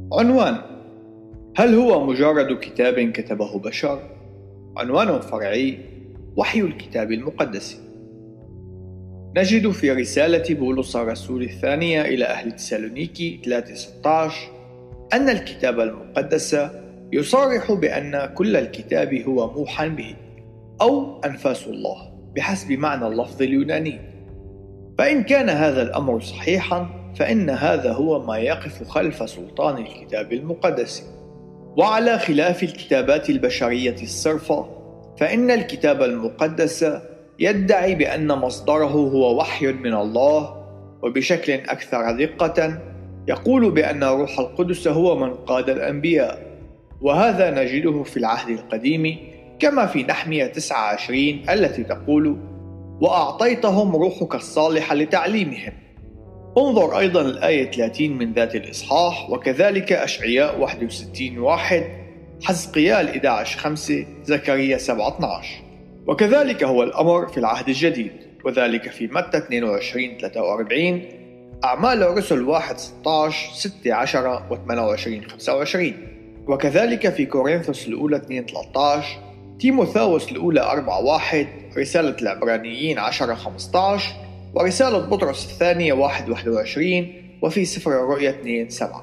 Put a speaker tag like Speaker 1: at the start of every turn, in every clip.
Speaker 1: عنوان: هل هو مجرد كتاب كتبه بشر؟ عنوان فرعي: وحي الكتاب المقدس. نجد في رسالة بولس الرسول الثانية إلى أهل تسالونيكي 3:16 أن الكتاب المقدس يصرح بأن كل الكتاب هو موحى به أو أنفاس الله بحسب معنى اللفظ اليوناني. فإن كان هذا الأمر صحيحا فإن هذا هو ما يقف خلف سلطان الكتاب المقدس. وعلى خلاف الكتابات البشرية الصرفة، فإن الكتاب المقدس يدعي بأن مصدره هو وحي من الله، وبشكل أكثر دقة يقول بأن روح القدس هو من قاد الأنبياء، وهذا نجده في العهد القديم كما في نحمية 29 التي تقول: وأعطيتهم روحك الصالح لتعليمهم. انظر أيضا الآية 30 من ذات الإصحاح، وكذلك أشعياء 61:1، حزقيال 11:5، زكريا 7:12. وكذلك هو الأمر في العهد الجديد، وذلك في متى 22:43، أعمال الرسل 1:16، 16 و28:25. وكذلك في كورنثوس الأولى 2:13، تيموثاوس الأولى 4:1، رسالة العبرانيين 10:15، ورسالة بطرس الثانية 1:21، وفي سفر الرؤيا 2:7.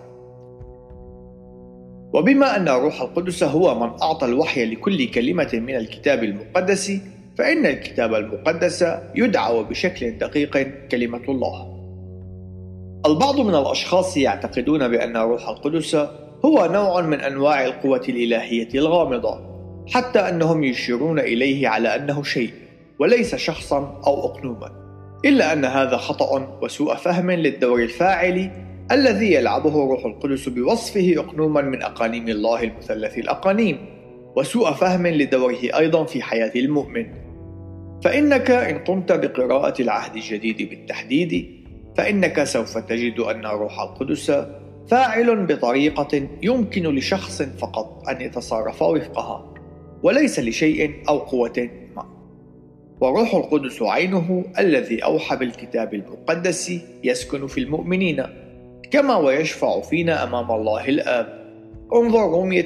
Speaker 1: وبما أن الروح القدس هو من أعطى الوحي لكل كلمة من الكتاب المقدس، فإن الكتاب المقدس يدعى بشكل دقيق كلمة الله. البعض من الأشخاص يعتقدون بأن الروح القدس هو نوع من أنواع القوة الإلهية الغامضة، حتى أنهم يشيرون إليه على أنه شيء وليس شخصا أو أقنوما، إلا أن هذا خطأ وسوء فهم للدور الفاعل الذي يلعبه الروح القدس بوصفه أقنوما من أقانيم الله المثلث الأقانيم، وسوء فهم لدوره أيضا في حياة المؤمن. فإنك إن قمت بقراءة العهد الجديد بالتحديد، فإنك سوف تجد أن الروح القدس فاعل بطريقة يمكن لشخص فقط أن يتصرف وفقها، وليس لشيء أو قوة ما. والروح القدس عينه الذي أوحى بالكتاب المقدس يسكن في المؤمنين، كما ويشفع فينا أمام الله الآب. انظر رومية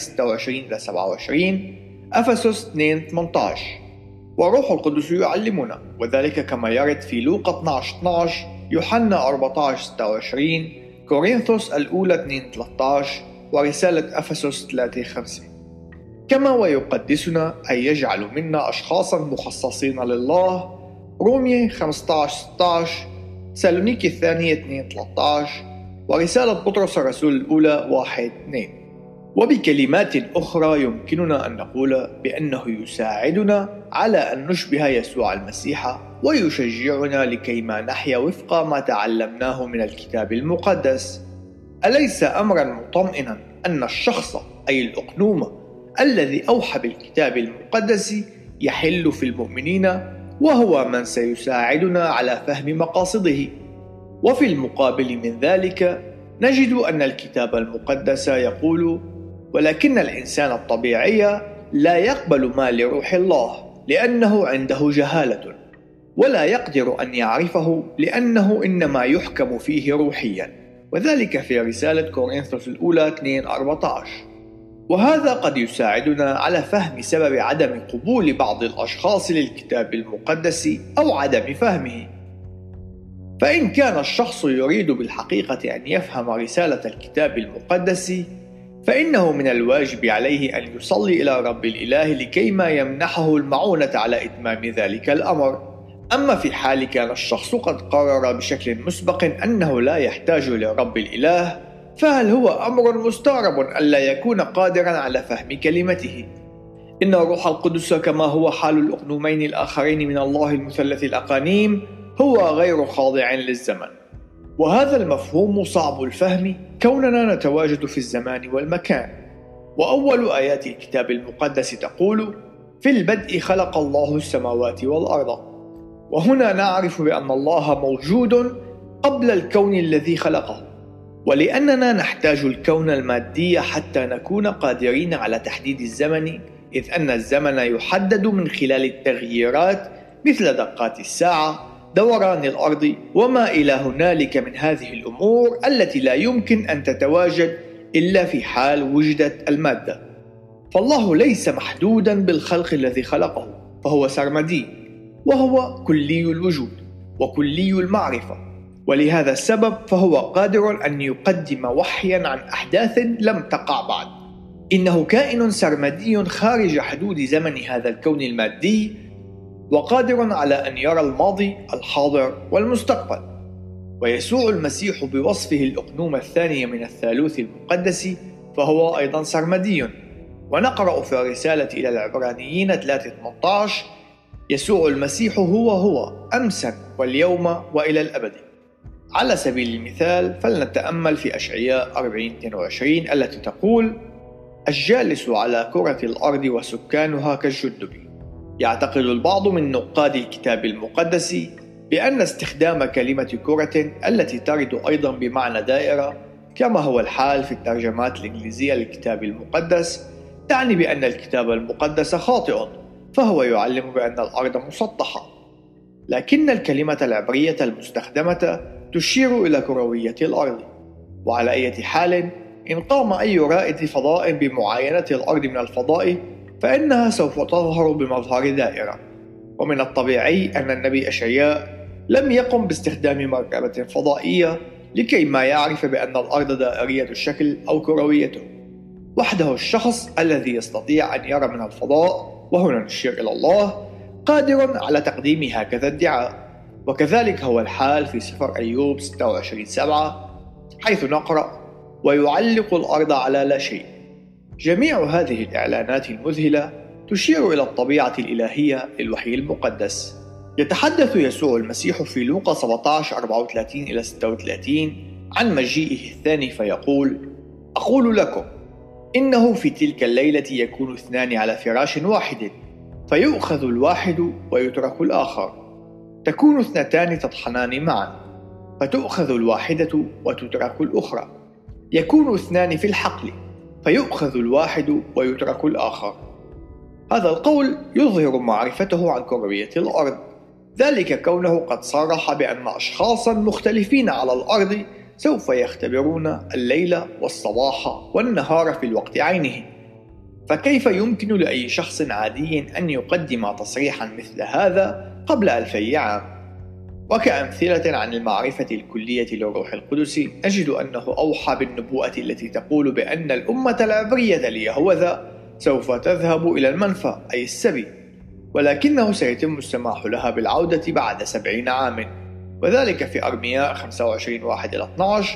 Speaker 1: 8:26-27، أفسس 2:18. والروح القدس يعلمنا، وذلك كما يرد في لوقا 12:12، يوحنا 14:26، كورنثوس الأولى 2:13، ورسالة أفسس 3:5. كما ويقدسنا أي يجعل منا أشخاصا مخصصين لله، رومية 15:16، تسالونيكي الثانية 2:13، ورسالة بطرس الرسول الأولى 1:2. وبكلمات أخرى يمكننا أن نقول بأنه يساعدنا على أن نشبه يسوع المسيح، ويشجعنا لكيما نحيا وفق ما تعلمناه من الكتاب المقدس. أليس أمرا مطمئنا أن الشخص أي الأقنوم الذي أوحى بالكتاب المقدس يحل في المؤمنين، وهو من سيساعدنا على فهم مقاصده؟ وفي المقابل من ذلك نجد أن الكتاب المقدس يقول: ولكن الإنسان الطبيعي لا يقبل ما لروح الله لأنه عنده جهالة، ولا يقدر أن يعرفه لأنه إنما يحكم فيه روحيا، وذلك في رسالة كورنثوس الأولى 2:14. وهذا قد يساعدنا على فهم سبب عدم قبول بعض الأشخاص للكتاب المقدس أو عدم فهمه. فإن كان الشخص يريد بالحقيقة أن يفهم رسالة الكتاب المقدس، فإنه من الواجب عليه أن يصلي إلى رب الإله لكيما يمنحه المعونة على إتمام ذلك الأمر. أما في حال كان الشخص قد قرر بشكل مسبق أنه لا يحتاج لرب الإله، فهل هو أمر مستغرب ألا يكون قادرا على فهم كلمته؟ إن الروح القدس كما هو حال الأقنومين الآخرين من الله المثلث الأقانيم هو غير خاضع للزمن، وهذا المفهوم صعب الفهم كوننا نتواجد في الزمان والمكان. وأول آيات الكتاب المقدس تقول: في البدء خلق الله السماوات والأرض. وهنا نعرف بأن الله موجود قبل الكون الذي خلقه، ولأننا نحتاج الكون المادي حتى نكون قادرين على تحديد الزمن، إذ أن الزمن يحدد من خلال التغييرات مثل دقات الساعة، دوران الأرض، وما إلى هنالك من هذه الأمور التي لا يمكن أن تتواجد إلا في حال وجدت المادة. فالله ليس محدودا بالخلق الذي خلقه، فهو سرمدي، وهو كلي الوجود وكلي المعرفة، ولهذا السبب فهو قادر أن يقدم وحيا عن أحداث لم تقع بعد. إنه كائن سرمدي خارج حدود زمن هذا الكون المادي، وقادر على أن يرى الماضي، الحاضر والمستقبل. ويسوع المسيح بوصفه الأقنوم الثانية من الثالوث المقدس فهو أيضا سرمدي. ونقرأ في الرسالة إلى العبرانيين 3:18: يسوع المسيح هو أمسا واليوم وإلى الأبد. على سبيل المثال فلنتأمل في أشعياء 40:22 التي تقول: الجالس على كرة الأرض وسكانها كالجدب. يعتقد البعض من نقاد الكتاب المقدس بأن استخدام كلمة كرة التي ترد أيضا بمعنى دائرة كما هو الحال في الترجمات الإنجليزية للكتاب المقدس تعني بأن الكتاب المقدس خاطئ، فهو يعلم بأن الأرض مسطحة. لكن الكلمة العبرية المستخدمة تشير إلى كروية الأرض. وعلى أي حال إن قام أي رائد فضاء بمعاينة الأرض من الفضاء فإنها سوف تظهر بمظهر دائرة. ومن الطبيعي أن النبي أشعياء لم يقم باستخدام مركبة فضائية لكي ما يعرف بأن الأرض دائرية الشكل أو كرويته. وحده الشخص الذي يستطيع أن يرى من الفضاء، وهنا نشير إلى الله، قادر على تقديم هكذا ادعاء. وكذلك هو الحال في سفر أيوب 26:7 حيث نقرأ: ويعلق الأرض على لا شيء. جميع هذه الإعلانات المذهلة تشير إلى الطبيعة الإلهية للوحي المقدس. يتحدث يسوع المسيح في لوقا 17:34-36 عن مجيئه الثاني فيقول: أقول لكم إنه في تلك الليلة يكون اثنان على فراش واحد، فيؤخذ الواحد ويترك الآخر. تكون اثنتان تطحنان معا، فتؤخذ الواحدة وتترك الأخرى. يكون اثنان في الحقل، فيؤخذ الواحد ويترك الآخر. هذا القول يظهر معرفته عن كروية الأرض، ذلك كونه قد صرح بأن أشخاصا مختلفين على الأرض سوف يختبرون الليل والصباح والنهار في الوقت عينه. فكيف يمكن لأي شخص عادي أن يقدم تصريحا مثل هذا قبل 2000 عام؟ وكأمثلة عن المعرفة الكلية للروح القدس نجد أنه أوحى بالنبوءة التي تقول بأن الأمة العبرية ليهوذا سوف تذهب إلى المنفى أي السبي، ولكنه سيتم السماح لها بالعودة بعد 70 عام، وذلك في أرمياء 25:1-12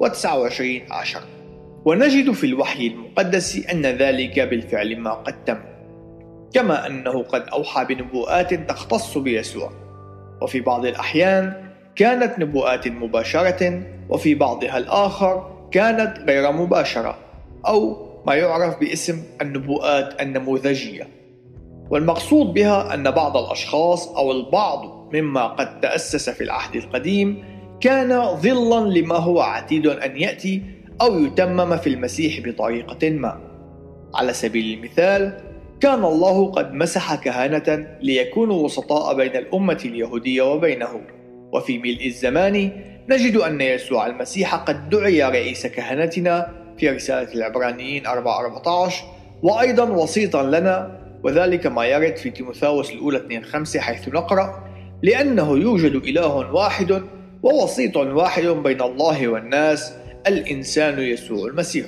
Speaker 1: و29:10. ونجد في الوحي المقدس أن ذلك بالفعل ما قد تم، كما أنه قد أوحى بنبوءات تختص بيسوع. وفي بعض الأحيان كانت نبوءات مباشرة، وفي بعضها الآخر كانت غير مباشرة، أو ما يعرف باسم النبوءات النموذجية. والمقصود بها أن بعض الأشخاص أو البعض مما قد تأسس في العهد القديم كان ظلاً لما هو عتيد أن يأتي أو يتمم في المسيح بطريقة ما. على سبيل المثال كان الله قد مسح كهنة ليكونوا وسطاء بين الأمة اليهودية وبينه، وفي ملء الزمان نجد أن يسوع المسيح قد دعي رئيس كهنتنا في رسالة العبرانيين 4:14 وأيضا وسيطا لنا، وذلك ما يرد في تيموثاوس الأولى 2:5 حيث نقرأ: لأنه يوجد إله واحد ووسيط واحد بين الله والناس، الإنسان يسوع المسيح.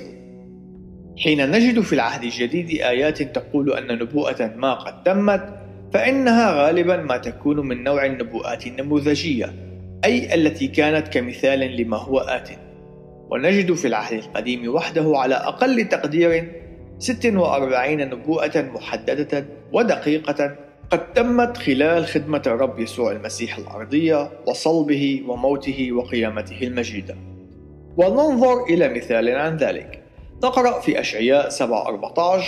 Speaker 1: حين نجد في العهد الجديد آيات تقول أن نبوءة ما قد تمت، فإنها غالبا ما تكون من نوع النبوءات النموذجية، أي التي كانت كمثال لما هو آت. ونجد في العهد القديم وحده على أقل تقدير 46 نبوءة محددة ودقيقة قد تمت خلال خدمة الرب يسوع المسيح الأرضية وصلبه وموته وقيامته المجيدة. وننظر إلى مثال عن ذلك. نقرأ في أشعياء 7:14: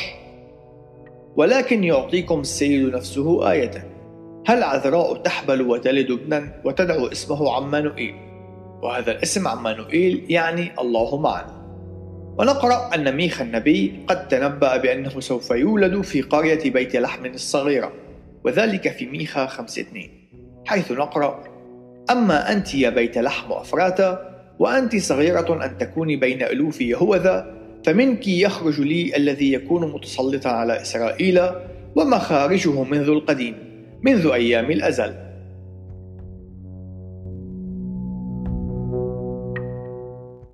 Speaker 1: ولكن يعطيكم السيد نفسه آية، هل عذراء تحبل وتلد ابنا وتدعو اسمه عمانوئيل. وهذا الاسم عمانوئيل يعني الله معنا. ونقرأ أن ميخا النبي قد تنبأ بأنه سوف يولد في قرية بيت لحم الصغيرة، وذلك في ميخا 5:2 حيث نقرأ: أما أنت يا بيت لحم أفراتا، وأنت صغيرة أن تكوني بين ألوف يهوذا، فمنك يخرج لي الذي يكون متسلطا على إسرائيل ومخارجه منذ القديم، منذ أيام الأزل.